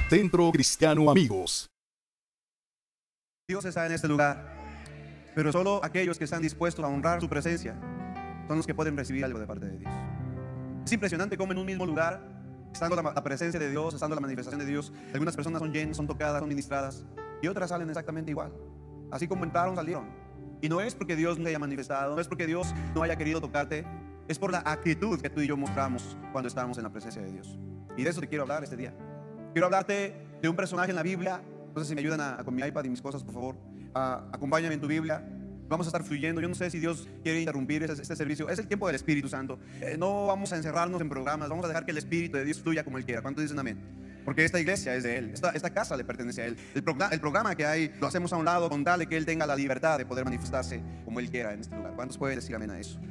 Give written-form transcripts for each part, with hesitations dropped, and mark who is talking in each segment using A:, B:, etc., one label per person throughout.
A: Centro Cristiano Amigos.
B: Dios está en este lugar, pero solo aquellos que están dispuestos a honrar su presencia son los que pueden recibir algo de parte de Dios. Es impresionante cómo en un mismo lugar, estando la presencia de Dios, estando la manifestación de Dios, algunas personas son llenas, son tocadas, son ministradas, y otras salen exactamente igual. Así como entraron, salieron. Y no es porque Dios no haya manifestado, no es porque Dios no haya querido tocarte, es por la actitud que tú y yo mostramos cuando estamos en la presencia de Dios. Y de eso te quiero hablar este día. Quiero hablarte de un personaje en la Biblia. No sé si me ayudan con mi iPad y mis cosas, por favor. Acompáñame en tu Biblia. Vamos a estar fluyendo. Yo no sé si Dios quiere interrumpir este servicio. Es el tiempo del Espíritu Santo. No vamos a encerrarnos en programas. Vamos a dejar que el Espíritu de Dios fluya como Él quiera. ¿Cuántos dicen amén? Porque esta iglesia es de Él. Esta casa le pertenece a Él. El programa que hay lo hacemos a un lado con tal de que Él tenga la libertad de poder manifestarse como Él quiera en este lugar. ¿Cuántos pueden decir amén a eso?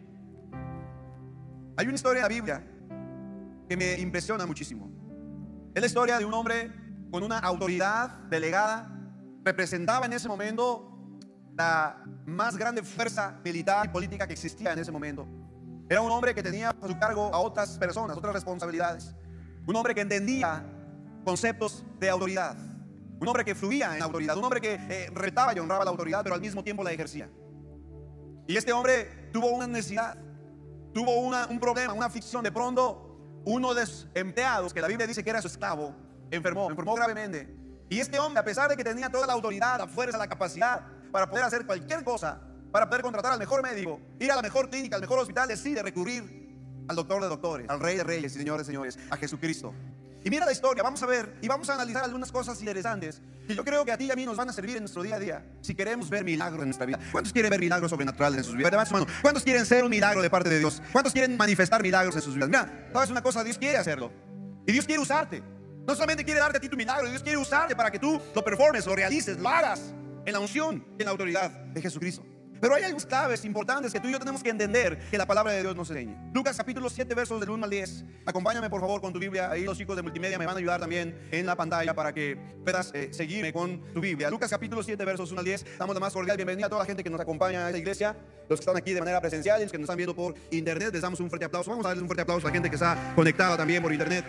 B: Hay una historia en la Biblia que me impresiona muchísimo. Es la historia de un hombre con una autoridad delegada. Representaba en ese momento la más grande fuerza militar y política que existía en ese momento. Era un hombre que tenía a su cargo a otras personas, otras responsabilidades. Un hombre que entendía conceptos de autoridad. Un hombre que fluía en la autoridad. Un hombre que retaba y honraba la autoridad, pero al mismo tiempo la ejercía. Y este hombre tuvo una necesidad, tuvo un problema, una aflicción. De pronto, uno de sus empleados, que la Biblia dice que era su esclavo, enfermó gravemente. Y este hombre, a pesar de que tenía toda la autoridad, la fuerza, la capacidad para poder hacer cualquier cosa, para poder contratar al mejor médico, ir a la mejor clínica, al mejor hospital, decide recurrir al doctor de doctores, al Rey de Reyes y Señores de Señores, a Jesucristo. Y mira la historia, vamos a ver y vamos a analizar algunas cosas interesantes que yo creo que a ti y a mí nos van a servir en nuestro día a día si queremos ver milagros en nuestra vida. ¿Cuántos quieren ver milagros sobrenaturales en sus vidas? Levanta su mano. ¿Cuántos quieren ser un milagro de parte de Dios? ¿Cuántos quieren manifestar milagros en sus vidas? Mira, sabes una cosa, Dios quiere hacerlo y Dios quiere usarte. No solamente quiere darte a ti tu milagro, Dios quiere usarte para que tú lo performes, lo realices, lo hagas en la unción y en la autoridad de Jesucristo. Pero hay algunas claves importantes que tú y yo tenemos que entender que la palabra de Dios nos enseña. Lucas capítulo 7 versos del 1 al 10. Acompáñame por favor con tu Biblia. Ahí los chicos de multimedia me van a ayudar también en la pantalla para que puedas seguirme con tu Biblia. Lucas capítulo 7 versos 1 al 10. Damos la más cordial bienvenida a toda la gente que nos acompaña a esta iglesia. Los que están aquí de manera presencial y los que nos están viendo por internet. Les damos un fuerte aplauso. Vamos a darles un fuerte aplauso a la gente que está conectada también por internet.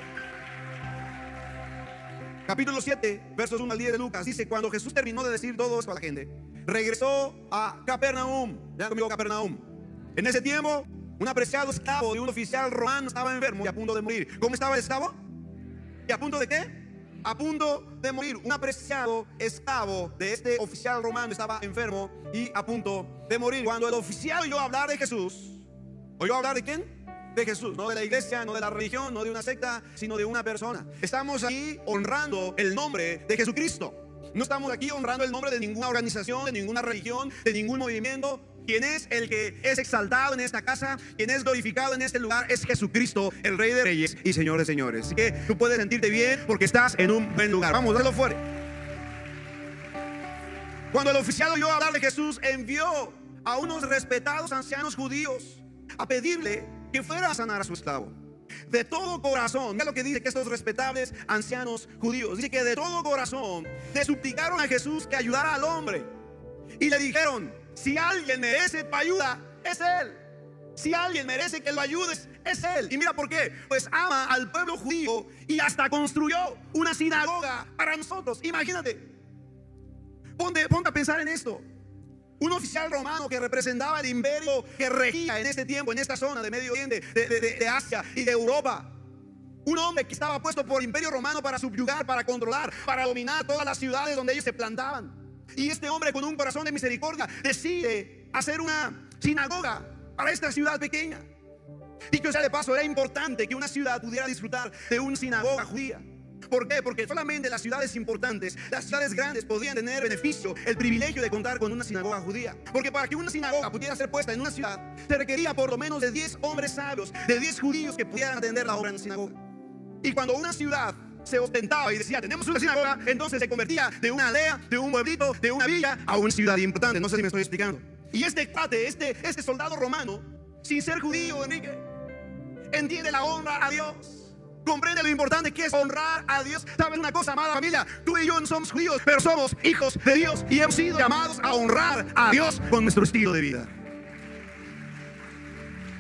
B: Capítulo 7, versos 1 al 10 de Lucas. Dice: cuando Jesús terminó de decir todo esto a la gente, regresó a Capernaum. Vean conmigo Capernaum. En ese tiempo, un apreciado esclavo de un oficial romano estaba enfermo y a punto de morir. ¿Cómo estaba el esclavo? ¿Y a punto de qué? A punto de morir. Un apreciado esclavo de este oficial romano estaba enfermo y a punto de morir. Cuando el oficial oyó hablar de Jesús, ¿oyó hablar de quién? De Jesús, no de la iglesia, no de la religión, no de una secta, sino de una persona. Estamos aquí honrando el nombre de Jesucristo. No estamos aquí honrando el nombre de ninguna organización, de ninguna religión, de ningún movimiento. Quien es el que es exaltado en esta casa, quien es glorificado en este lugar, es Jesucristo, el Rey de Reyes y Señor de Señores. Así que tú puedes sentirte bien porque estás en un buen lugar. Vamos, dalo fuera. Cuando el oficial oyó hablar de Jesús, envió a unos respetados ancianos judíos a pedirle que fuera a sanar a su esclavo. De todo corazón, mira lo que dice que estos respetables ancianos judíos, dice que de todo corazón le suplicaron a Jesús que ayudara al hombre. Y le dijeron: si alguien merece tu ayuda, es Él. Si alguien merece que lo ayudes, es Él. Y mira por qué. Pues ama al pueblo judío y hasta construyó una sinagoga para nosotros. Imagínate. Ponte a pensar en esto. Un oficial romano que representaba el imperio que regía en este tiempo, en esta zona de Medio Oriente, de Asia y de Europa. Un hombre que estaba puesto por el imperio romano para subyugar, para controlar, para dominar todas las ciudades donde ellos se plantaban. Y este hombre, con un corazón de misericordia, decide hacer una sinagoga para esta ciudad pequeña. Dicho sea de paso, era importante que una ciudad pudiera disfrutar de una sinagoga judía. ¿Por qué? Porque solamente las ciudades importantes, las ciudades grandes, podían tener beneficio, el privilegio de contar con una sinagoga judía. Porque para que una sinagoga pudiera ser puesta en una ciudad, se requería por lo menos de 10 hombres sabios, de 10 judíos que pudieran atender la obra en la sinagoga. Y cuando una ciudad se ostentaba y decía: tenemos una sinagoga, entonces se convertía de una aldea, de un pueblito, de una villa, a una ciudad importante. No sé si me estoy explicando. Y este soldado romano, sin ser judío, Enrique, entiende la honra a Dios. Comprende lo importante que es honrar a Dios. ¿Sabes una cosa, amada familia? Tú y yo no somos judíos, pero somos hijos de Dios y hemos sido llamados a honrar a Dios con nuestro estilo de vida.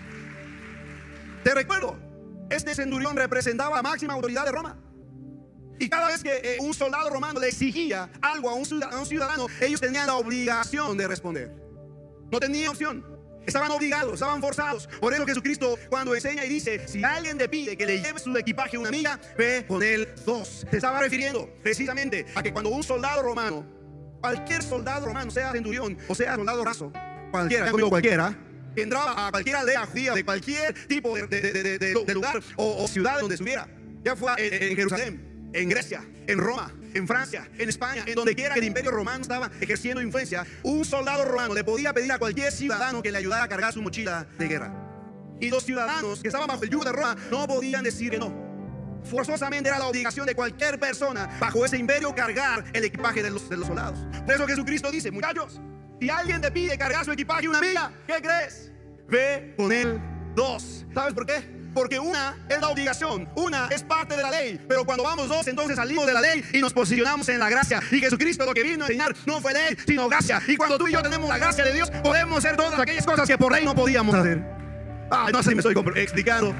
B: Te recuerdo, este centurión representaba la máxima autoridad de Roma. Y cada vez que un soldado romano le exigía algo a un ciudadano, ellos tenían la obligación de responder. No tenían opción. Estaban obligados, estaban forzados. Por eso Jesucristo cuando enseña y dice, si alguien te pide que le lleve su equipaje a una amiga, ve con él 2. Se estaba refiriendo precisamente a que cuando un soldado romano, cualquier soldado romano, sea centurión o sea soldado raso, cualquiera, que entraba a cualquier aldea judía de cualquier tipo de lugar o ciudad donde estuviera, ya fue en Jerusalén, en Grecia, en Roma, en Francia, en España, en donde quiera que el imperio romano estaba ejerciendo influencia, un soldado romano le podía pedir a cualquier ciudadano que le ayudara a cargar su mochila de guerra. Y los ciudadanos que estaban bajo el yugo de Roma no podían decir que no. Forzosamente era la obligación de cualquier persona bajo ese imperio cargar el equipaje de los soldados. Por eso Jesucristo dice, muchachos, si alguien te pide cargar su equipaje a una amiga, ¿qué crees? Ve con él 2. ¿Sabes por qué? Porque una es la obligación, una es parte de la ley. Pero cuando vamos 2, entonces salimos de la ley y nos posicionamos en la gracia. Y Jesucristo lo que vino a enseñar no fue ley, sino gracia. Y cuando tú y yo tenemos la gracia de Dios, podemos hacer todas aquellas cosas que por ley no podíamos hacer. No sé si me estoy explicando.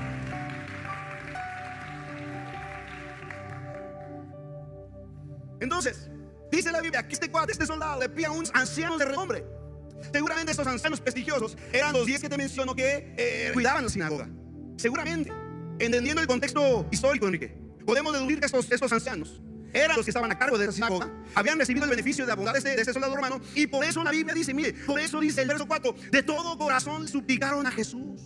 B: Entonces, dice la Biblia que este soldado le pide a unos ancianos de renombre. Seguramente estos ancianos prestigiosos eran los 10 que te menciono que cuidaban la sinagoga. Seguramente, entendiendo el contexto histórico, Enrique, podemos deducir que estos ancianos eran los que estaban a cargo de esa sinagoga, habían recibido el beneficio de abundar de este soldado romano. Y por eso la Biblia dice, mire, por eso dice el verso 4, de todo corazón le suplicaron a Jesús.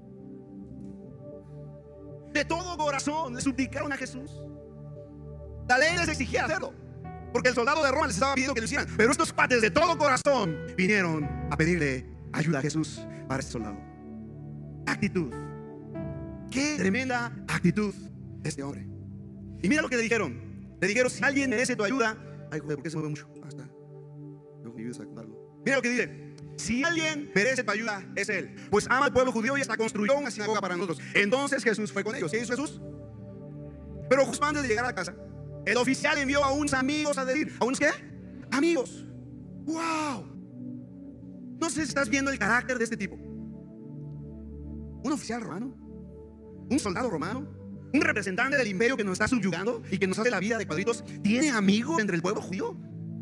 B: De todo corazón le suplicaron a Jesús. La ley les exigía hacerlo, porque el soldado de Roma les estaba pidiendo que lo hicieran. Pero estos pates de todo corazón vinieron a pedirle ayuda a Jesús para este soldado. Actitud. Qué tremenda actitud de este hombre. Y mira lo que le dijeron. Le dijeron, si alguien merece tu ayuda. Ay, joder, ¿por qué se mueve mucho? Está. Mira lo que dice. Si alguien merece tu ayuda, es él. Pues ama al pueblo judío y hasta construyó una sinagoga para nosotros. Entonces Jesús fue con ellos. ¿Qué hizo Jesús? Pero justo antes de llegar a la casa, el oficial envió a unos amigos a decir, ¿a unos qué? Amigos. ¡Wow! No sé si estás viendo el carácter de este tipo. Un oficial romano, un soldado romano, un representante del imperio que nos está subyugando y que nos hace la vida de cuadritos, ¿tiene amigos entre el pueblo judío?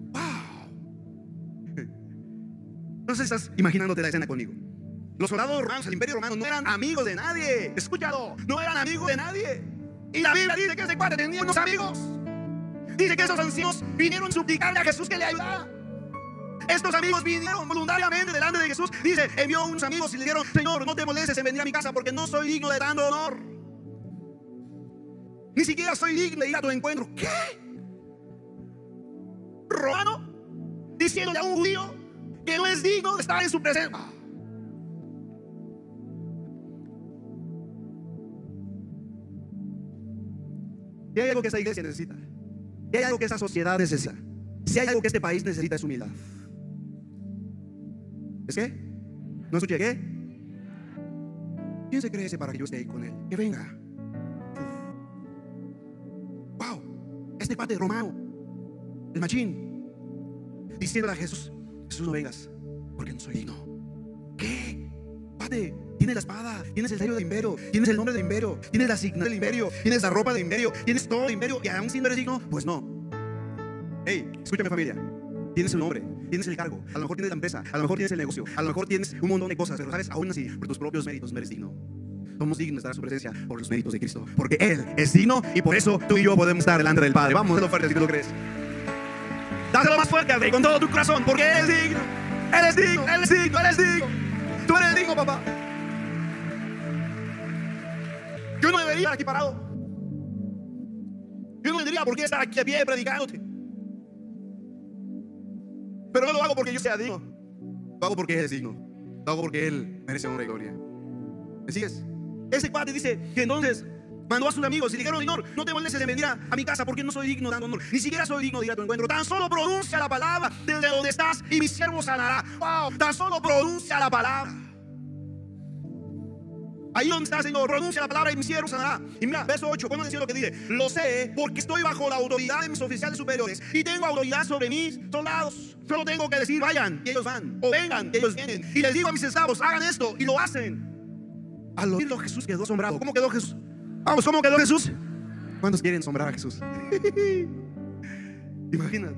B: ¡Wow! No sé si estás imaginándote la escena conmigo. Los soldados romanos, el imperio romano, no eran amigos de nadie. Escúchalo, no eran amigos de nadie. Y la Biblia dice que ese cuate tenía unos amigos. Dice que esos ancianos vinieron a suplicarle a Jesús que le ayudara. Estos amigos vinieron voluntariamente delante de Jesús. Dice, envió unos amigos y le dijeron, Señor, no te molestes en venir a mi casa porque no soy digno de tanto honor. Ni siquiera soy digno de ir a tu encuentro. ¿Qué? ¿Romano? Diciéndole a un judío que no es digno de estar en su presencia. Si hay algo que esta iglesia necesita, si hay algo que esta sociedad necesita, si hay algo que este país necesita, es humildad. ¿Es qué? ¿No escuché qué? ¿Quién se cree ese para que yo esté ahí con él? Que venga. Wow, este cuate romano, el machín, diciéndole a Jesús, Jesús, no vengas porque no soy digno. ¿Qué? Cuate, tienes la espada, tienes el sello del imperio, tienes el nombre del imperio, tienes la asignación del imperio, tienes la ropa del imperio, tienes todo el imperio, y aún si no eres digno, pues no. Hey, escúchame, familia. Tienes el nombre, tienes el cargo, a lo mejor tienes la empresa, a lo mejor tienes el negocio, a lo mejor tienes un montón de cosas, pero sabes, aún así, por tus propios méritos no eres digno. Somos dignos de estar en su presencia por los méritos de Cristo, porque Él es digno y por eso tú y yo podemos estar delante del Padre. Vamos, hazlo fuerte si tú lo crees. Dáselo más fuerte, André, con todo tu corazón, porque Él es digno. Él es digno, Él es digno, Él es digno. Tú eres digno, papá. Yo no debería estar aquí parado. Yo no tendría por qué estar aquí a pie predicándote. Pero no lo hago porque yo sea digno. Lo hago porque Él es digno. Lo hago porque Él merece honra y gloria. ¿Me sigues? Ese cuate dice que entonces mandó a sus amigos y dijeron, Señor, no te molestes en venir a mi casa porque no soy digno dando honor. Ni siquiera soy digno de ir a tu encuentro. Tan solo pronuncia la palabra desde donde estás y mi siervo sanará. Wow, tan solo pronuncia la palabra. Ahí donde está, Señor, pronuncia la palabra y mi siervo sanará. Y mira, verso 8, ponme atención lo que dice. Lo sé porque estoy bajo la autoridad de mis oficiales superiores y tengo autoridad sobre mis soldados. Solo tengo que decir, vayan, y ellos van. O vengan, y ellos vienen. Y les digo a mis esclavos, hagan esto, y lo hacen. Al oírlo, Jesús quedó asombrado. ¿Cómo quedó Jesús? Vamos, ¿cómo quedó Jesús? ¿Cuántos quieren asombrar a Jesús? Imagínate.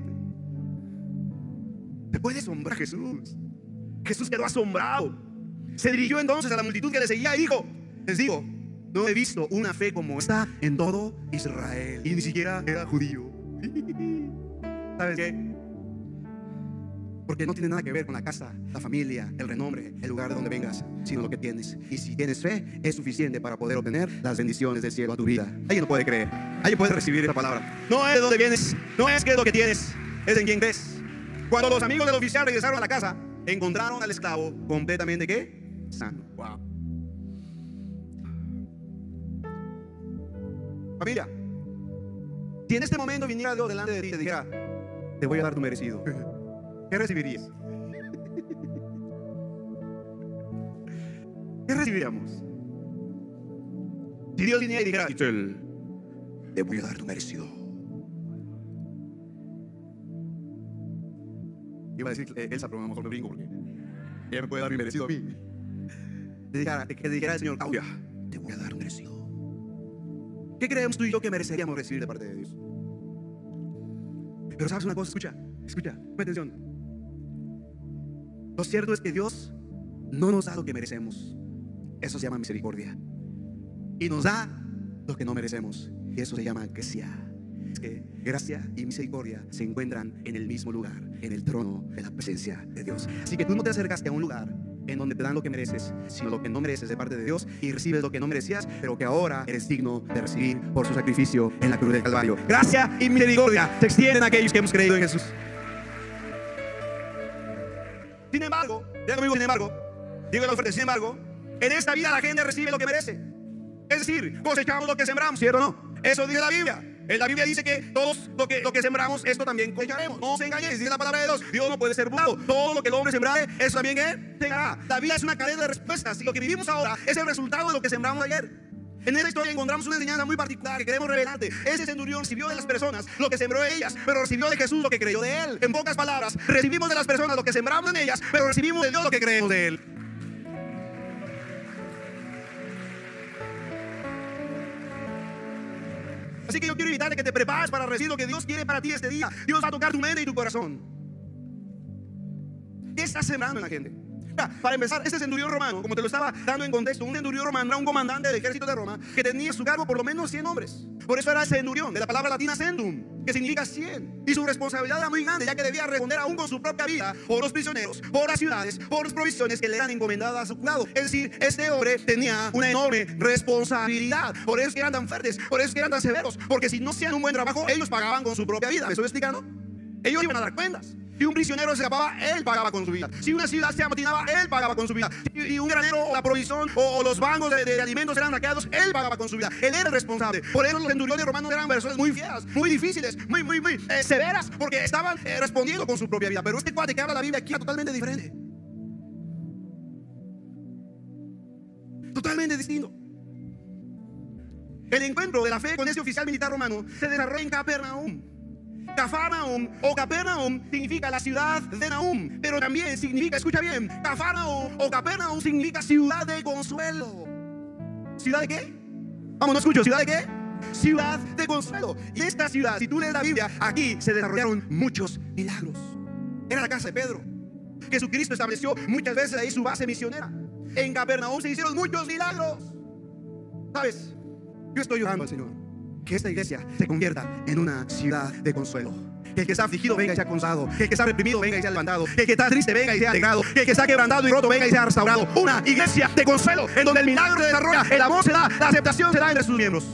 B: ¿Te puede asombrar Jesús? Jesús quedó asombrado. Se dirigió entonces a la multitud que le seguía y dijo: les digo, no he visto una fe como esta en todo Israel. Y ni siquiera era judío. ¿Sabes qué? Porque no tiene nada que ver con la casa, la familia, el renombre, el lugar de donde vengas, sino lo que tienes. Y si tienes fe, es suficiente para poder obtener las bendiciones del cielo a tu vida. Alguien lo puede creer, alguien puede recibir esta palabra. No es de dónde vienes, no es qué es lo que tienes, es en quién crees. Cuando los amigos del oficial regresaron a la casa, encontraron al esclavo completamente ¿qué? Sano. Wow. Familia, si en este momento viniera Dios delante de ti y te dijera: te voy a dar tu merecido, ¿qué recibirías? ¿Qué recibiríamos? Si Dios viniera y dijera: Itzel, te voy a dar tu merecido. Iba a decir Elsa, pero a lo mejor me brinco porque ella me puede dar mi merecido a mí. Que dijera el Señor: Claudia, te voy a dar tu merecido. ¿Qué creemos tú y yo que mereceríamos recibir de parte de Dios? Pero sabes una cosa, escucha, pon atención. Lo cierto es que Dios no nos da lo que merecemos. Eso se llama misericordia. Y nos da lo que no merecemos. Y eso se llama gracia. Es que gracia y misericordia se encuentran en el mismo lugar, en el trono de la presencia de Dios. Así que tú no te acercaste a un lugar en donde te dan lo que mereces, sino lo que no mereces de parte de Dios, y recibes lo que no merecías, pero que ahora eres digno de recibir por su sacrificio en la cruz del Calvario. Gracia y misericordia se extienden a aquellos que hemos creído en Jesús. Sin embargo, diga conmigo, sin embargo, en esta vida la gente recibe lo que merece. Es decir, cosechamos lo que sembramos, ¿cierto o no? Eso dice la Biblia. En la Biblia dice que todos lo que sembramos, esto también cosecharemos. No se engañéis, dice la palabra de Dios. Dios no puede ser burlado. Todo lo que el hombre sembrare, eso también segará. La vida es una cadena de respuestas, y lo que vivimos ahora es el resultado de lo que sembramos ayer. En esta historia encontramos una enseñanza muy particular que queremos revelarte. Ese centurión recibió de las personas lo que sembró de ellas, pero recibió de Jesús lo que creyó de él. En pocas palabras, recibimos de las personas lo que sembramos en ellas, pero recibimos de Dios lo que creemos de él. Así que yo quiero invitarte a que te prepares para recibir lo que Dios quiere para ti este día. Dios va a tocar tu mente y tu corazón. ¿Qué estás sembrando en la gente? Para empezar, este centurión romano, como te lo estaba dando en contexto, un centurión romano era un comandante del ejército de Roma que tenía a su cargo por lo menos 100 hombres. Por eso era centurión, de la palabra latina centum, que significa 100. Y su responsabilidad era muy grande, ya que debía responder aún con su propia vida por los prisioneros, por las ciudades, por las provisiones que le eran encomendadas a su cuidado. Es decir, este hombre tenía una enorme responsabilidad. Por eso que eran tan fuertes, por eso que eran tan severos, porque si no hacían un buen trabajo, ellos pagaban con su propia vida. ¿Me estoy explicando? Ellos iban a dar cuentas. Si un prisionero se escapaba, él pagaba con su vida. Si una ciudad se amotinaba, él pagaba con su vida. Si un granero o la provisión o los bancos de alimentos eran saqueados, él pagaba con su vida. Él era el responsable. Por eso los centuriones romanos eran personas muy fieras, muy difíciles, muy severas, porque estaban respondiendo con su propia vida. Pero este cuate que habla la Biblia aquí era totalmente diferente. Totalmente distinto. El encuentro de la fe con ese oficial militar romano se desarrolla en Capernaum. Cafarnaum o Capernaum significa la ciudad de Nahum, pero también significa, escucha bien, Cafarnaum o Capernaum significa ciudad de consuelo. ¿Ciudad de qué? Vamos, no escucho, ¿ciudad de qué? Ciudad de consuelo. Y esta ciudad, si tú lees la Biblia, aquí se desarrollaron muchos milagros. Era la casa de Pedro. Jesucristo estableció muchas veces ahí su base misionera. En Capernaum se hicieron muchos milagros. ¿Sabes? Yo estoy orando al Señor que esta iglesia se convierta en una ciudad de consuelo. Que el que está afligido venga y sea consolado. Que el que está reprimido venga y sea levantado. Que el que está triste venga y sea alegrado. Que el que está quebrantado y roto venga y sea restaurado. Una iglesia de consuelo en donde el milagro se desarrolla, el amor se da, la aceptación se da entre sus miembros.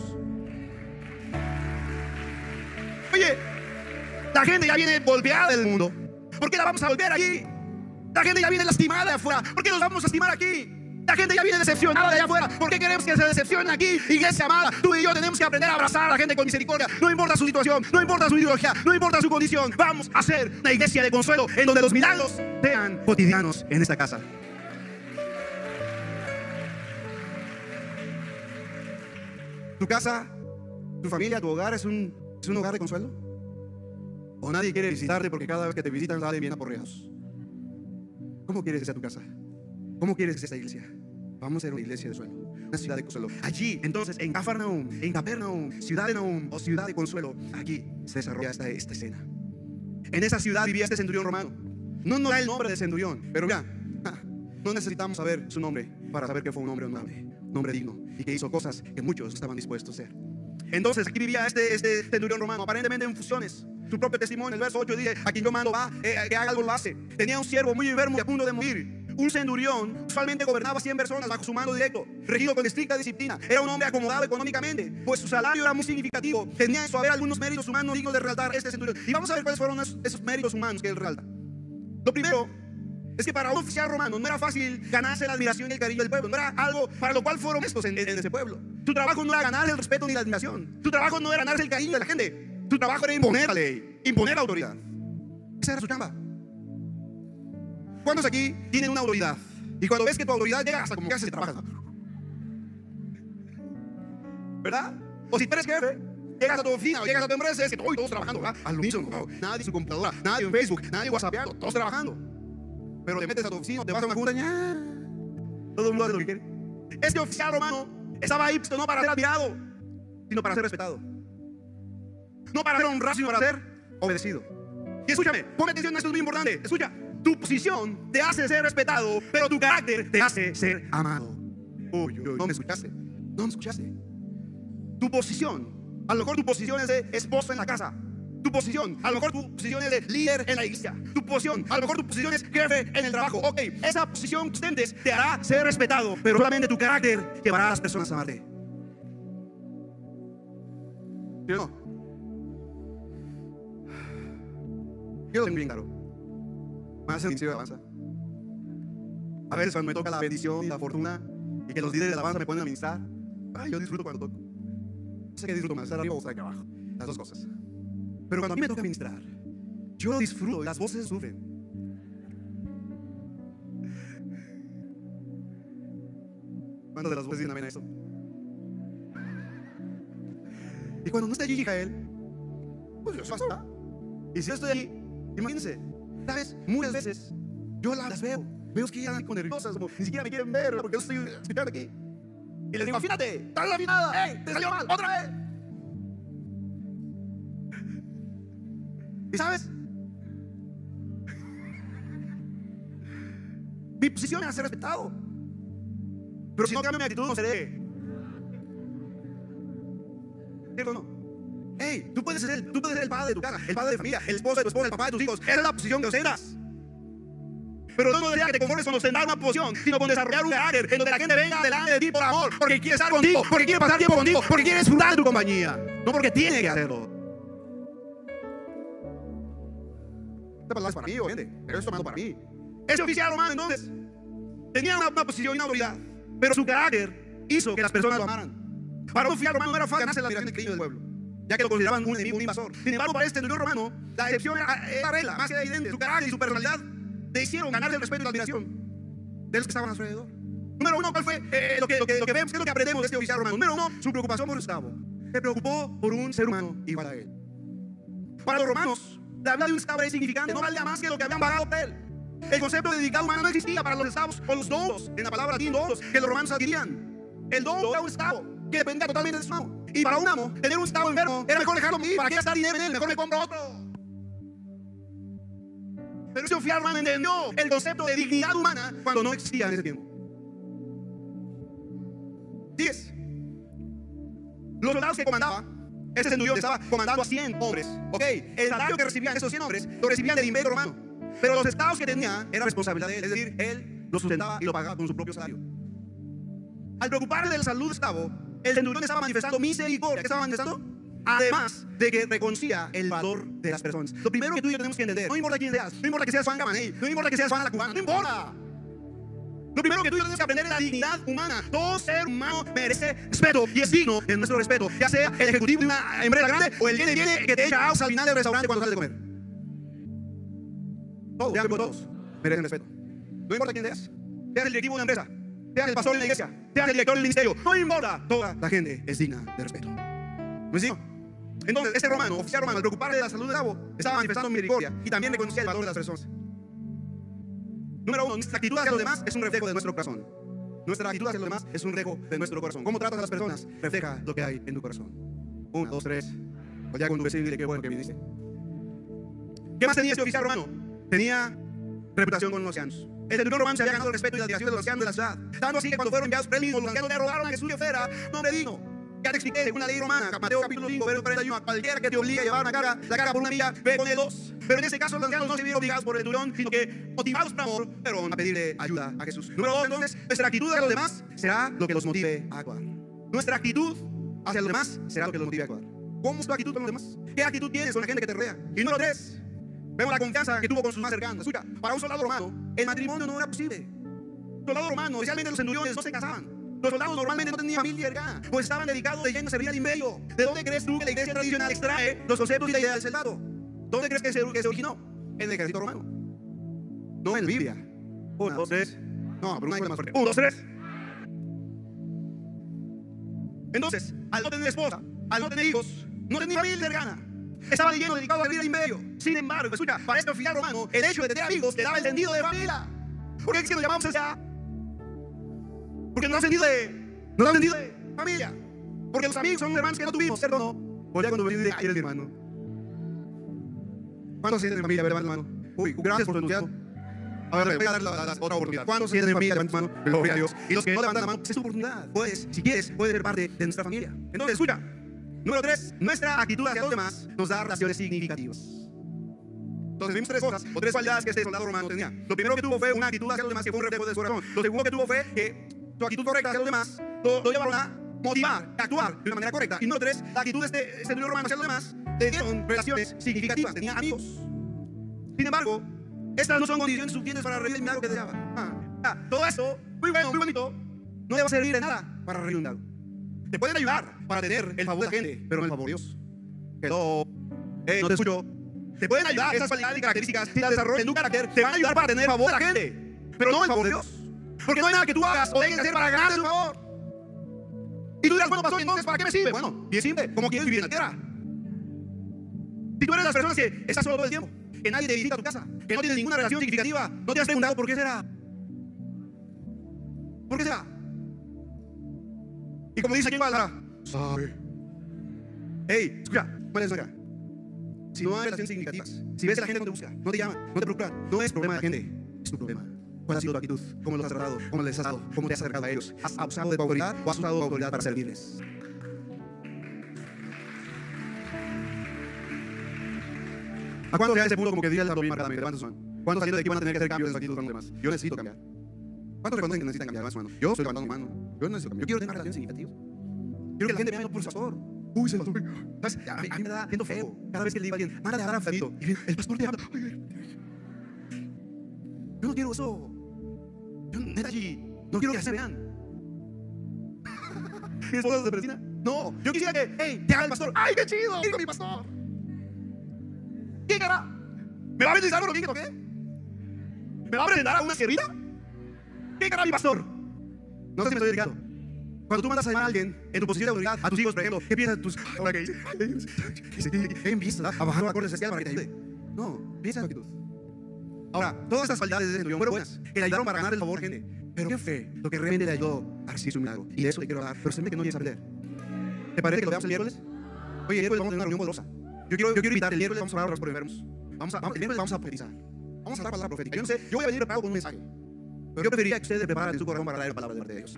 B: Oye, la gente ya viene golpeada del mundo. ¿Por qué la vamos a volver allí? La gente ya viene lastimada de afuera. ¿Por qué nos vamos a lastimar aquí? La gente ya viene decepcionada de allá afuera. ¿Por qué queremos que se decepcionen aquí? Iglesia amada, tú y yo tenemos que aprender a abrazar a la gente con misericordia. No importa su situación, no importa su ideología, no importa su condición. Vamos a ser una iglesia de consuelo en donde los milagros sean cotidianos en esta casa. ¿Tu casa, tu familia, tu hogar es un hogar de consuelo? ¿O nadie quiere visitarte porque cada vez que te visitan salen bien aporreados? ¿Cómo quieres que sea tu casa? ¿Cómo quieres que sea esta iglesia? Vamos a ser una iglesia de suelo. una ciudad de consuelo. Allí, entonces, en Cafarnaúm, en Capernaum, ciudad de Naúm o ciudad de consuelo, aquí se desarrolla esta escena. En esa ciudad vivía este centurión romano. No nos da el nombre del centurión, pero mira, no necesitamos saber su nombre para saber que fue un hombre honorable, un hombre digno y que hizo cosas que muchos estaban dispuestos a hacer. Entonces aquí vivía este centurión romano, aparentemente en funciones. Su propio testimonio, el verso 8 dice: a quien yo mando va, que haga algo lo hace. Tenía un siervo muy enfermo y a punto de morir. Un centurión usualmente gobernaba 100 personas bajo su mando directo, regido con estricta disciplina. Era un hombre acomodado económicamente, pues su salario era muy significativo. Tenía en su haber algunos méritos humanos dignos de resaltar este centurión. Y vamos a ver cuáles fueron esos méritos humanos que él resalta. Lo primero es que para un oficial romano no era fácil ganarse la admiración y el cariño del pueblo. No era algo para lo cual fueron estos en ese pueblo. Tu trabajo no era ganarse el respeto ni la admiración. Tu trabajo no era ganarse el cariño de la gente. Tu trabajo era imponer la ley, imponer la autoridad. Esa era su chamba. ¿Cuántos aquí tienen una autoridad? Y cuando ves que tu autoridad llega, hasta como que haces trabajas, ¿verdad? O si tú eres jefe, llegas a tu oficina o llegas a tu empresa y es que hoy todos trabajando, ¿verdad? Al unísono, nadie en su computadora, nadie en Facebook, nadie WhatsAppando, todos trabajando. Pero te metes a tu oficina, te vas a una junta y todo el mundo hace lo que quiere. Este oficial romano estaba ahí no para ser admirado, sino para ser respetado. No para ser honrado, sino para ser obedecido. Y escúchame, pon atención, esto es muy importante. Escucha, tu posición te hace ser respetado, pero tu carácter te hace ser amado. Uy, no me escuchaste. No me escuchaste. Tu posición, a lo mejor tu posición es de esposo en la casa. Tu posición, a lo mejor tu posición es de líder en la iglesia. Tu posición, a lo mejor tu posición es jefe en el trabajo. Ok, esa posición que ostentes te hará ser respetado, pero solamente tu carácter llevará a las personas a amarte. ¿Sí o no? Yo lo tengo bien claro. Más el inicio de alabanza. A veces cuando me toca la bendición y la fortuna y que los líderes de alabanza me ponen a ministrar, yo disfruto cuando toco. No sé qué disfruto más, estar arriba o estar aquí abajo. Las dos cosas. Pero cuando a mí me toca ministrar, yo disfruto y las voces sufren. ¿Cuántas de las voces dicen amén a eso? Y cuando no está allí Jael, pues yo soy pastor. Y si yo estoy allí, imagínense, ¿sabes? Muchas veces yo las veo que ya andan con nerviosas, como ni siquiera me quieren ver porque yo estoy escuchando aquí. Y les digo: afínate, estás afinada, ¡hey! ¡Te salió mal! ¡Otra vez! ¿Y sabes? Mi posición es ser respetado. Pero si no cambio mi actitud, no seré. ¿Cierto o no? Hey, tú puedes ser el padre de tu casa, el padre de familia, el esposo de tu esposa, el papá de tus hijos. Esa es la posición que ostentas. Pero no debería que te conformes con ostentar una posición, sino con desarrollar un carácter en donde la gente venga delante de ti por amor, porque quiere estar contigo, porque quiere pasar tiempo contigo, porque quiere disfrutar de tu compañía, no porque tiene que hacerlo. Esta palabra es para mí, obviamente, pero esto es para mí. Ese oficial romano entonces tenía una posición y una autoridad, pero su carácter hizo que las personas lo amaran. Para un oficial romano no era fácil ganarse la admiración y el cariño del pueblo, ya que lo consideraban un enemigo, un invasor. Sin embargo, para este centurión romano, la excepción era regla, más que evidente. Su carácter y su personalidad te hicieron ganarse el respeto y la admiración de los que estaban a su alrededor. Número uno, ¿cuál fue lo que vemos? ¿Qué es lo que aprendemos de este oficial romano? Número uno, su preocupación por su esclavo. Se preocupó por un ser humano igual a él. Para los romanos, la vida de un esclavo era insignificante, no valía más que lo que habían pagado por él. El concepto de dedicado humano no existía para los esclavos o los dolos, en la palabra latín dolos, que los romanos adquirían. El dolo era un esclavo que dependía totalmente de su amo. Y para un amo, tener un esclavo enfermo era mejor dejarlo morir. ¿Para qué gastar dinero en él? Mejor me compro otro. Pero ese oficial romano entendió el concepto de dignidad humana cuando no existía en ese tiempo. 10. Los soldados que comandaba, ese centurión estaba comandando a 100 hombres. Ok, el salario que recibían esos 100 hombres lo recibían del imperio romano. Pero los esclavos que tenía era responsabilidad de él. Es decir, él los sustentaba y lo pagaba con su propio salario. Al preocuparse de la salud del esclavo, el centurión estaba manifestando misericordia. ¿Qué estaba manifestando? Además de que reconocía el valor de las personas. Lo primero que tú y yo tenemos que entender: no importa quién seas, no importa que seas Juan Gamaney, no importa que seas Juan la Cubana, no importa. Lo primero que tú y yo tenemos que aprender es la dignidad humana. Todo ser humano merece respeto y es digno de nuestro respeto, ya sea el ejecutivo de una empresa grande o el viene que te echa agua al final del restaurante cuando sales de comer. Todos merecen respeto. No importa quién seas el directivo de una empresa, seas el pastor en la iglesia, seas el director del ministerio, no importa, toda la gente es digna de respeto. ¿Me sigo? Entonces, este romano, oficial romano, al preocuparse de la salud del esclavo, estaba manifestando misericordia y también reconocía el valor de las personas. Número uno, nuestra actitud hacia los demás es un reflejo de nuestro corazón. Nuestra actitud hacia los demás es un reflejo de nuestro corazón. Cómo tratas a las personas refleja lo que hay en tu corazón. 1, 2, 3. Vaya con tu vecino y dile qué bueno que viniste. ¿Qué más tenía este oficial romano? Tenía reputación con los ancianos. El centurión romano se había ganado el respeto y la admiración de los ancianos de la ciudad. Tanto así que cuando fueron enviados por él mismo, los ancianos le rogaron a Jesús que fuera nombre digno. Ya te expliqué, según la ley romana, Mateo capítulo 5, verso 41, a cualquiera que te obligue a llevar una carga, la carga por una milla, ve con él 2. Pero en este caso los ancianos no se vieron obligados por el centurión, sino que motivados por amor, fueron a pedirle ayuda a Jesús. Número 2, entonces, nuestra actitud hacia los demás será lo que los motive a actuar. Nuestra actitud hacia los demás será lo que los motive a actuar. ¿Cómo es tu actitud con los demás? ¿Qué actitud tienes con la gente que te rodea? Y número 3, vemos la confianza que tuvo con sus más cercanos. Escucha, para un soldado romano, el matrimonio no era posible. Soldado romano, especialmente los centuriones, no se casaban. Los soldados normalmente no tenían familia cercana, pues estaban dedicados de lleno a servir al imperio. ¿De dónde crees tú que la iglesia tradicional extrae los conceptos y la idea del soldado? ¿Dónde crees que se originó? En el ejército romano. No en la Biblia. 1, 2, 3. No, pero una cosa más fuerte. 1, 2, 3. Entonces, al no tener esposa, al no tener hijos, no tenía familia cercana, estaban llenos dedicados a servir al imperio. Sin embargo, escucha, para este oficial romano, el hecho de tener amigos te daba el sentido de familia. ¿Por qué es que nos llamamos esa? Porque nos da sentido de familia. Porque los amigos son hermanos que no tuvimos, ¿cierto o no? Voy a cuando me dice, ay, eres mi hermano. ¿Cuántos sienten de familia? A ver, levanta tu mano. Uy, gracias por tu entusiasmo. A ver, voy a dar la otra oportunidad. ¿Cuántos sienten de familia? Levanta tu mano. Gloria a Dios. Y los que no levantan la mano, es tu oportunidad. Puedes, si quieres, puedes ser parte de nuestra familia. Entonces, escucha. Número 3, nuestra actitud hacia los demás nos da relaciones significativas. Entonces vimos 3 cosas, o 3 cualidades que este soldado romano tenía. Lo primero que tuvo fue una actitud hacia los demás que fue un reflejo de su corazón. Lo segundo que tuvo fue que su actitud correcta hacia los demás lo llevaron a motivar, a actuar de una manera correcta. Y número 3, la actitud de este centurión romano hacia los demás le dieron relaciones significativas, tenía amigos. Sin embargo, estas no son condiciones suficientes para revivir el milagro que deseaba. Todo eso, muy bueno, muy bonito, no le va a servir de nada para revivir un milagro. Te pueden ayudar para tener el favor de la gente, pero no el favor de Dios. No te escucho. Te pueden ayudar esas cualidades y características, si las desarrollas en tu carácter, te van a ayudar para tener el favor de la gente, pero no el favor de Dios. Porque no hay nada que tú hagas o dejes de hacer para ganar su favor. Y tú dirás, bueno, pastor, entonces, ¿para qué me sirve? Bueno, bien simple, ¿cómo quieres vivir en la tierra? Si tú eres de las personas que estás solo todo el tiempo, que nadie te visita a tu casa, que no tienes ninguna relación significativa, ¿no te has preguntado por qué será? ¿Por qué será? Y como dice aquí en Guadalajara, sabe. Hey, escucha, ¿cuál es acá? Si no hay relaciones significativas, si ves que la gente no te busca, no te llama, no te procura, no es problema de la gente, es tu problema. ¿Cuál ha sido tu actitud? ¿Cómo los has tratado? ¿Cómo les has dado? ¿Cómo te has acercado a ellos? ¿Has abusado de tu autoridad o has usado tu autoridad para servirles? ¿A cuántos ya ese punto como que diga el bien marcadamente? Levanta su mano. ¿Cuántos saliendo de aquí van a tener que hacer cambios en su actitud con los demás? Yo necesito cambiar. ¿Cuántos reconocen que necesitan cambiar? Levanta su mano. Yo estoy levantando mi mano. Yo necesito cambiar. Yo quiero tener relaciones significativas. Quiero que la gente me vea por su pastor. Uy, se pastor. ¿Sabes? A mí me da siento feo. Cada vez que le digo a alguien, mándale a dar a Fernando. Y el pastor te habla. Yo no quiero eso. Yo, neta, allí, no quiero que se vean. Mi esposa se persina. No, yo quisiera que, hey, te haga el pastor. ¡Ay, qué chido! ¡Digo mi pastor! ¿Qué cara? ¿Me va a presentar por lo que toqué? ¿Me va a presentar a una siervita? ¿Qué cara mi pastor? No sé si me estoy dedicando. Cuando tú mandas a llamar a alguien en tu posición de autoridad, a tus hijos, por ejemplo, ¿qué piensas tus? Ahora que dice, ¿qué empiezas a bajar un acorde celestial para que te ayude? No, piensa en tu actitud. Ahora, todas estas cualidades de centurión fueron buenas, que le ayudaron para ganar el favor de gente. Pero ¿qué fue lo que realmente le ayudó a recibir su milagro? Y de eso te quiero hablar, pero se me que no quieres aprender. ¿Te parece que lo veamos el miércoles? Oye, el miércoles vamos a tener una reunión poderosa. Yo quiero invitar, el miércoles vamos a hablar por enfermos. El miércoles vamos a profetizar. Vamos a hablar palabra profética. Yo no sé, yo voy a venir preparado con un mensaje. Pero yo preferiría que ustedes prepararan su corazón para traer palabras de parte de Dios.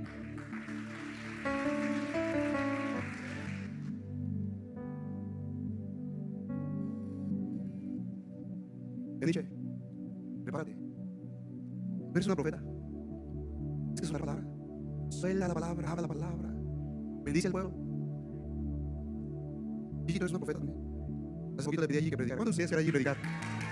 B: Nietzsche, prepárate. No eres una profeta. Es que es una palabra. Suelta la palabra, habla la palabra. Bendice el pueblo. Gigi, tú eres una profeta también. Hace poquito le pedí a Gigi que predicara. ¿Cuántos de ustedes quieren allí predicar?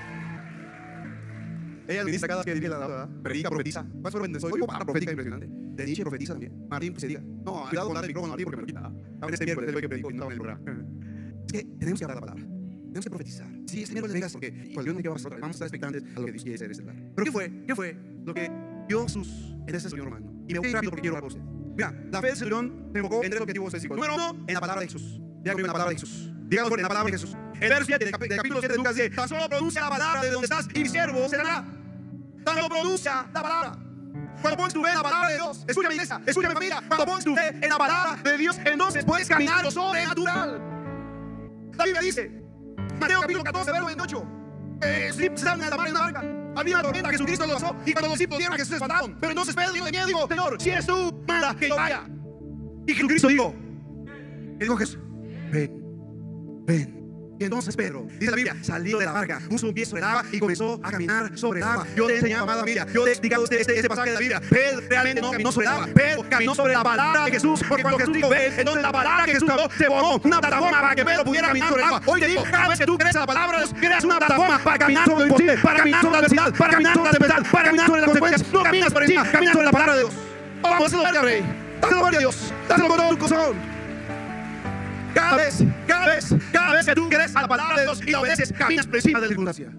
B: Ella administra cada vez que dirige la verdad. Predica, profetiza. ¿Cuál fue el soy para profética impresionante? De Nietzsche profetiza también. Martín, pues se diga. No, cuidado con darle el micrófono a Martín porque me lo quita. A ver, este miércoles es lo que predico y no en el programa. Es que tenemos que hablar la palabra. Tenemos que profetizar. Sí, este miércoles vengas porque cuando Dios me queda pasar, vamos a estar expectantes a lo que Dios quiere hacer en este lugar. ¿Pero qué fue lo que dio Jesús en ese centurión romano? Y me voy rápido porque quiero hablar con usted. Mira, la fe del centurión se enfocó en 3 objetivos específicos. Número 1, en la palabra de Jesús. Diga conmigo en la palabra de Jesús. Dígalo en la palabra de Jesús. El verso 7 del capítulo 7 de Lucas dice: tan solo pronuncia la palabra de donde estás y mi siervo será. Tan solo pronuncia la palabra. Cuando pones tu fe en la palabra de Dios, escúchame iglesia, escúchame familia, cuando pones tu fe en la palabra de Dios, entonces puedes caminar lo sobrenatural. La Biblia dice, Mateo capítulo 14, verso 28, se estaban en la mar en una barca, había una tormenta, Jesucristo lo pasó, y cuando los discípulos vieron a Jesús se espantaron. Pero entonces Pedro de miedo dijo, Señor, si eres tú, manda que yo vaya. Y Jesucristo dijo, ¿qué dijo Jesús? Ven, ven. Y entonces Pedro, dice la Biblia, salió de la barca, puso un pie sobre el agua y comenzó a caminar sobre el agua. Yo te he enseñado, amada familia, yo te he explicado este pasaje de la Biblia. Pedro realmente no caminó sobre el agua, Pedro caminó sobre la palabra de Jesús. Porque cuando Jesús dijo, ven, entonces la palabra que Jesús habló se formó una plataforma para que Pedro pudiera caminar sobre el agua. Hoy te digo, cada vez que tú crees a la palabra de Dios, creas una plataforma para caminar sobre lo imposible, para caminar sobre la adversidad, para caminar sobre la tempestad, para caminar sobre las consecuencias. No caminas por encima, caminas sobre la palabra de Dios. Oh, vamos a hacerlo verga, rey. Dáselo gloria a Dios, dáselo con todo tu corazón. Cada vez que tú crees a la palabra de Dios y la obedeces, caminas por encima de la circunstancia.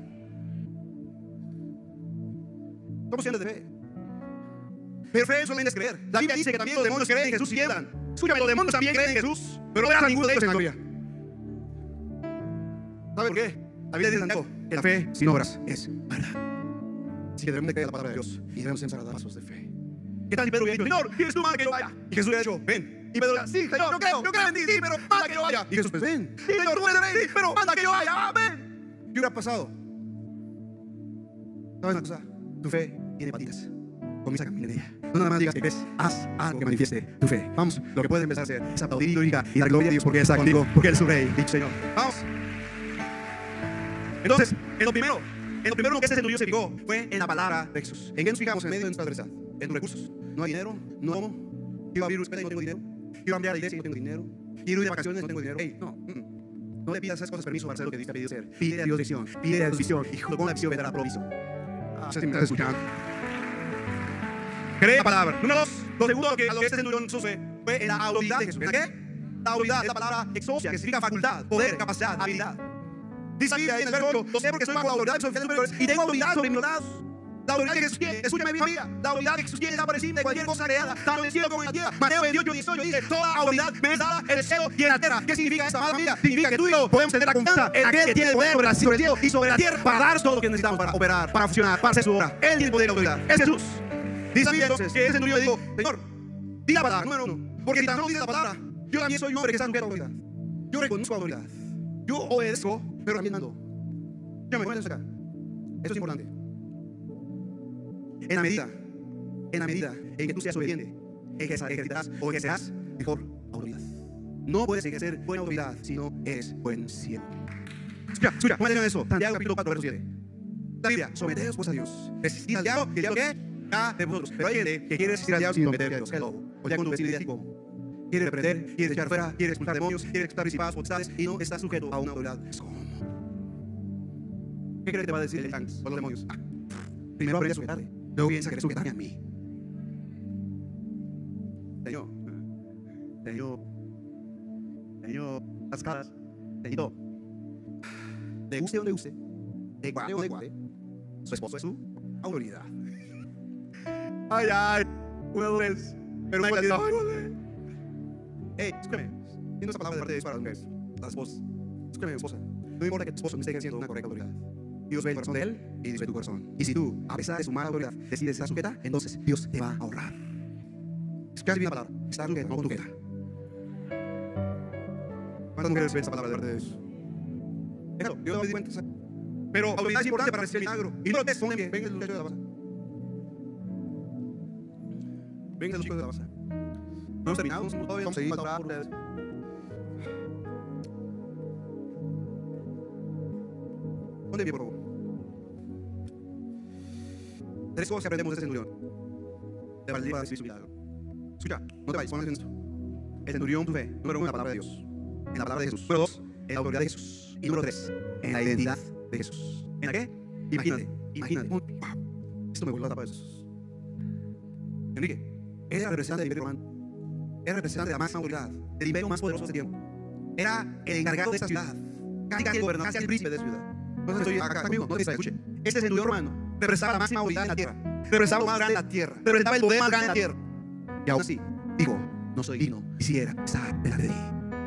B: Somos siempre de fe. Pero fe solamente es creer. La Biblia dice que también los demonios creen en Jesús y quedan. Escúchame, los demonios también creen en Jesús, pero no verás a ninguno de ellos en la gloria. ¿Sabe por qué? La Biblia dice en Santiago que la fe sin obras es mala. Así que debemos de creer la palabra de Dios y debemos empezar a dar pasos de fe. ¿Qué tal si Pedro hubiera dicho, Señor, ¿quieres tú, manda que yo vaya? Y Jesús hubiera dicho, ven. Y Pedro, sí, Señor, yo creo en ti, sí, pero manda que yo vaya. Y Jesús, pues ven. Sí, Señor, tú eres rey, sí, pero manda que yo vaya, ven. ¿Qué hubiera pasado? ¿Sabes una cosa? Tu fe tiene patitas. Comienza a caminar en ella. No nada más digas que crees, haz algo que manifieste tu fe. Vamos, lo que puedes empezar a hacer es aplaudir y dar gloria a Dios porque Él está contigo, porque Él es su rey. Dicho Señor. Vamos. Entonces, en lo primero que este centurión se fijó fue en la palabra de Jesús. ¿En qué nos fijamos en medio de nuestra adversidad? En tus recursos. No hay dinero, no como. Quiero abrir una escuela y no tengo dinero. Quiero ampliar la iglesia y no tengo dinero. Quiero ir de vacaciones y no tengo dinero. Hey, no. No le pidas esas cosas permiso para hacer lo que Dios te ha pedido hacer. Pide a Dios visión. Pide a Dios visión. Y con la visión vendrá la provisión. No sé si me estás escuchando. Cree la palabra. Número 2. Lo segundo que este centurión sucede fue en la autoridad de Jesús. ¿En qué? La autoridad es la palabra exousia, que significa facultad, poder, capacidad, habilidad. Dice la Biblia ahí en el verso 8, lo sé porque soy bajo la autoridad de mis oficiales superiores y tengo autoridad sobre mis soldados. La autoridad que Jesús tiene, escúchame mi familia, la autoridad que Jesús tiene está por encima de cualquier cosa creada, tanto en el cielo como en la tierra. Mateo 28, 18 dice, toda autoridad me es dada en el cielo y en la tierra. ¿Qué significa esta amada familia? Significa que tú y yo podemos tener la confianza en aquel que tiene el poder sobre el cielo y sobre la tierra para dar todo lo que necesitamos para operar, para funcionar, para hacer su obra. Él tiene poder y autoridad, es Jesús. Dice la Biblia entonces que ese centurión le dijo, Señor, di la palabra, número 1, porque si tan solo dices la palabra, yo también soy un hombre que está sujeto a autoridad. Yo reconozco autoridad, yo obedezco, pero también mando. Ya me pones acá. Esto es importante. En la medida en que tú seas obediente, ejercitarás o ejercerás mejor autoridad. No puedes ejercer buena autoridad si no eres buen siervo. Escucha, ponme atención a eso. Santiago capítulo 4, verso 7. La Biblia, someteos pues a Dios. Resistid al diablo, y el diablo ¿qué? Ya de vosotros. Pero hay gente que quiere resistir al diablo sin someterse a Dios. Hello. O ya con tu vecino y dice, quiere reprender, quiere echar fuera, quiere expulsar demonios, quiere expulsar principados, potestades y no está sujeto a una autoridad. ¿Cómo? ¿Qué crees que te va a decir el tanks o los demonios? Primero aprende a sujetarte, luego piensa que sujetarme a mí. Señor, las caras, Señor, le guste o le guste, de guate o de guate, su esposo es su autoridad. Ay, una vez, pero una vez, hey, escúchame, siendo esa palabra de parte de Dios para las mujeres, las esposas, escúchame, esposa, no importa que tu esposo no esté ejerciendo una correcta autoridad. Dios ve el corazón de él y Dios ve tu corazón. Y si tú, a pesar de su mala autoridad, decides estar sujeta, entonces Dios te va a ahorrar. Escuchas bien la palabra, estar sujeta, no sujeta. ¿Cuántas mujeres ven esa palabra de parte de Dios? Déjalo, Dios no me di cuenta. Pero autoridad es importante para recibir el milagro. Y no lo ves, ponle venga el muchacho de la base. Venga el chico de la base. No hemos terminado, no todavía vamos a seguir para orar por ustedes. Ponte pie, por favor. 3 cosas que aprendemos de este centurión. Te valdría para recibir su milagro. Escucha, no te vayas, ponle en esto. El centurión, tu fe. Número 1, la palabra de Dios. En la palabra de Jesús. Número 2, en la autoridad de Jesús. Y número 3, en la identidad de Jesús. ¿En la qué? Imagínate. Wow. Esto me volvió la tapa de Jesús. Enrique, era representante del imperio romano. Era representante de la máxima autoridad, del imperio más poderoso de ese tiempo. Era el encargado de esa ciudad. Casi el gobernador, casi el príncipe de esa ciudad. Entonces estoy acá conmigo, no te escuche. Este centurión romano representaba la máxima autoridad en la tierra. Representaba lo más grande en la tierra. Representaba el poder más grande en la tierra. Y aún así, dijo, no soy digno, quisiera estar delante de ti.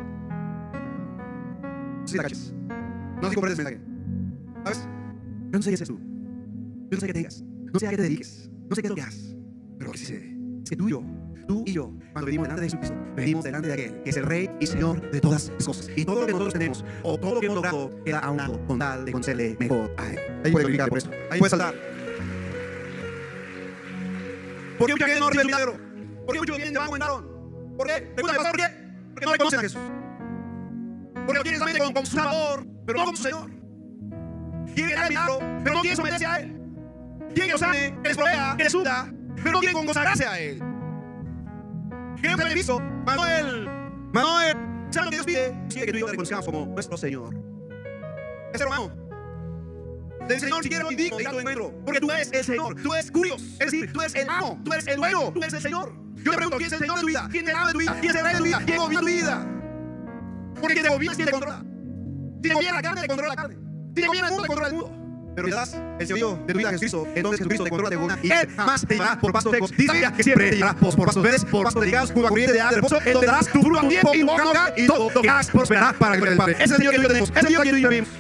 B: No sé si la cachas. No sé si comprendes el mensaje. ¿Sabes? Yo no sé qué es tú. Yo no sé qué te digas. No sé a qué te dediques. No sé qué es lo que hagas. Pero lo que sí sé es que tú y yo, cuando venimos delante de Jesucristo, venimos delante de aquel que es el Rey y Señor de todas las cosas. Y todo lo que nosotros tenemos, o todo lo que hemos logrado, queda a un lado con tal de conocerle mejor a Él. Ahí puede glorificar por eso. Ahí puede saltar. ¿Por qué mucha gente no recibe el milagro? ¿Por qué muchos vienen debajo en varón? ¿Por qué? Pregúntame, pastor, ¿por qué? Porque no le conocen a Jesús. Porque lo quieren solamente con su sabor, pero no como su Señor. Quieren que le haga el milagro, pero no quieren someterse a Él. Quieren que los ame, que les provea, que les suda, pero no quieren consagrarse a Él. Quieren un beneficio. Manuel, ¿sabes lo que Dios pide? Quiere que tú y yo le reconozcamos como nuestro Señor. Ese hermano. Del Señor, si quieres, hoy digno de ir a tu encuentro. Porque tú eres el Señor, tú eres Curios. Es decir, tú eres el amo, tú eres el dueño, tú eres el Señor. Yo te pregunto, ¿quién es el Señor de tu vida? ¿Quién es el amo de tu vida? ¿Quién es el rey de tu vida? ¿Quién gobierna tu vida? Porque quien te gobierna es quien te controla. Si te gobierna la carne, te controla la carne. Si te gobierna el mundo, te controla el mundo. Pero le das el señorío de tu vida a Jesucristo, entonces Jesucristo te controla, te gobierna, y Él jamás te llevará por pastos secos. Dice la Biblia que siempre te llevará por pastos verdes, por pastos delicados, junto a corriente de agua de reposo, en donde darás tu fruto a tu tiempo, y tu boca no caerá, y todo lo que hagas prosperará para la gloria del Padre. Ese es el Señor que tú y yo tenemos, ese es el Señor que tú y yo tenemos.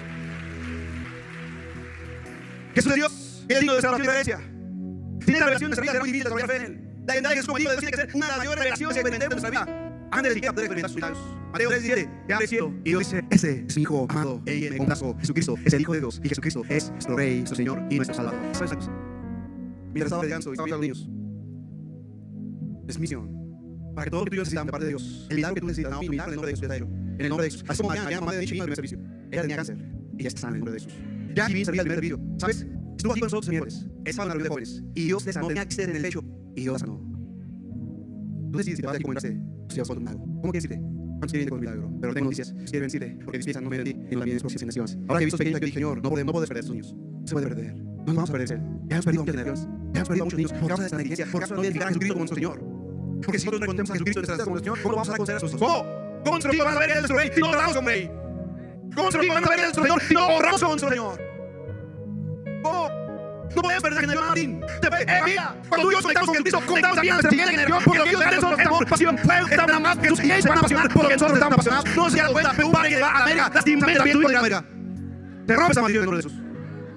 B: Jesús es Dios, Él es digno de nuestra oración y reverencia. Sin esta revelación, nuestra vida será muy difícil desarrollar fe en Él. La identidad de Jesús como Hijo de Dios tiene que ser una de las mayores revelaciones que experimentemos en nuestra vida. Antes de siquiera poder experimentar sus milagros. Mateo 3:17, que abre el cielo y Dios dice: ese es mi Hijo amado, en quien me complazo. Jesucristo es el Hijo de Dios, y Jesucristo es nuestro Rey, nuestro Señor y nuestro Salvador. ¿Sabes esa cosa? Mientras estaba predicando y estaba hablando a los niños, es misión para que todo lo que tú y yo necesitamos de parte de Dios, el milagro que tú necesitas, no, el milagro en el nombre de Jesús, verdadero, en el nombre de Jesús. Así como mañana, mamá de Nietzsche vino al primer servicio, ella tenía cáncer y ya está sana en el nombre de Jesús. Ya aquí servía el primer servicio, ¿sabes? Estuvo aquí con nosotros el miércoles, estaba en la reunión de jóvenes y Dios le sanó, tenía que estar en el lecho y Dios la sanó. Tú decides si te vas de aquí como entraste, o si vas con un milagro. ¿Cómo quieres irte? ¿Cuántos quieren irte con el milagro? Pero tengo noticias, quiero decirte, porque mis piezas no me ven en ti, y no la vienes por sus generaciones. Ahora que he visto pequeños aquí, dije: Señor, no puedes perder a estos niños. No se puede perder. No nos vamos a perder. Ya hemos perdido muchas generaciones. Ya hemos perdido muchos niños por causa de esta negligencia, por causa de no identificar a Jesucristo como nuestro Señor. Porque si nosotros no reconocemos a Jesucristo en nuestras vidas como nuestro Señor, ¿cómo lo vamos a reconocer a sus hijos? ¿Cómo nuestros hijos van a ver que Él es nuestro Rey si no lo honramos como Rey? ¿Cómo nuestros hijos van a ver que Él es nuestro Señor si no lo honramos como nuestro Señor? ¿Cómo? No podemos perder a generación, Martín. Mira, cuando tú y yo conectamos con Cristo, conectamos también a nuestra siguiente generación, porque lo que ellos grandes son amor, pasión, fuego, que están más que sus hijos se van a apasionar por lo que nosotros estamos apasionados. No se dan cuenta, pero un padre que va a América, lastimamente también tú y yo a América. Te rompe esa maldición en el nombre de Jesús.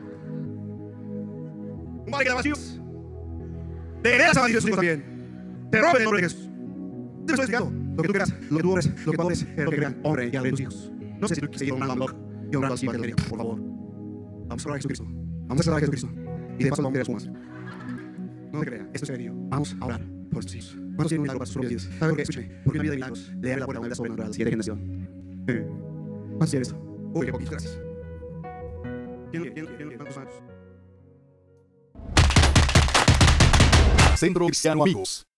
B: Un padre que da vacíos, te hereda esa maldición de sus hijos también. Te rompe en el nombre de Jesús. Te lo estoy explicando. Lo que tú quieras, lo que tú obres, lo que tú obres, es lo que crean, hombre y a tus hijos. No sé si tú quieres seguir honrando a Moloch y honrando al Cid de por favor. Vamos a orar a Jesucristo. Vamos a orar a Jesucristo. Y de paso no quieras fumas. No te creas, esto es serio. Vamos a orar por estos hijos. ¿Cuántos tienen un milagro para sus propias vidas? ¿Sabes por qué? Escúchame. Porque una vida de milagros le abre la puerta a una vida sobrenatural a la siguiente generación. ¿Cuántos tienen esto? Uy, qué poquitos, gracias. ¿Cuántos años?
A: Centro Cristiano Amigos.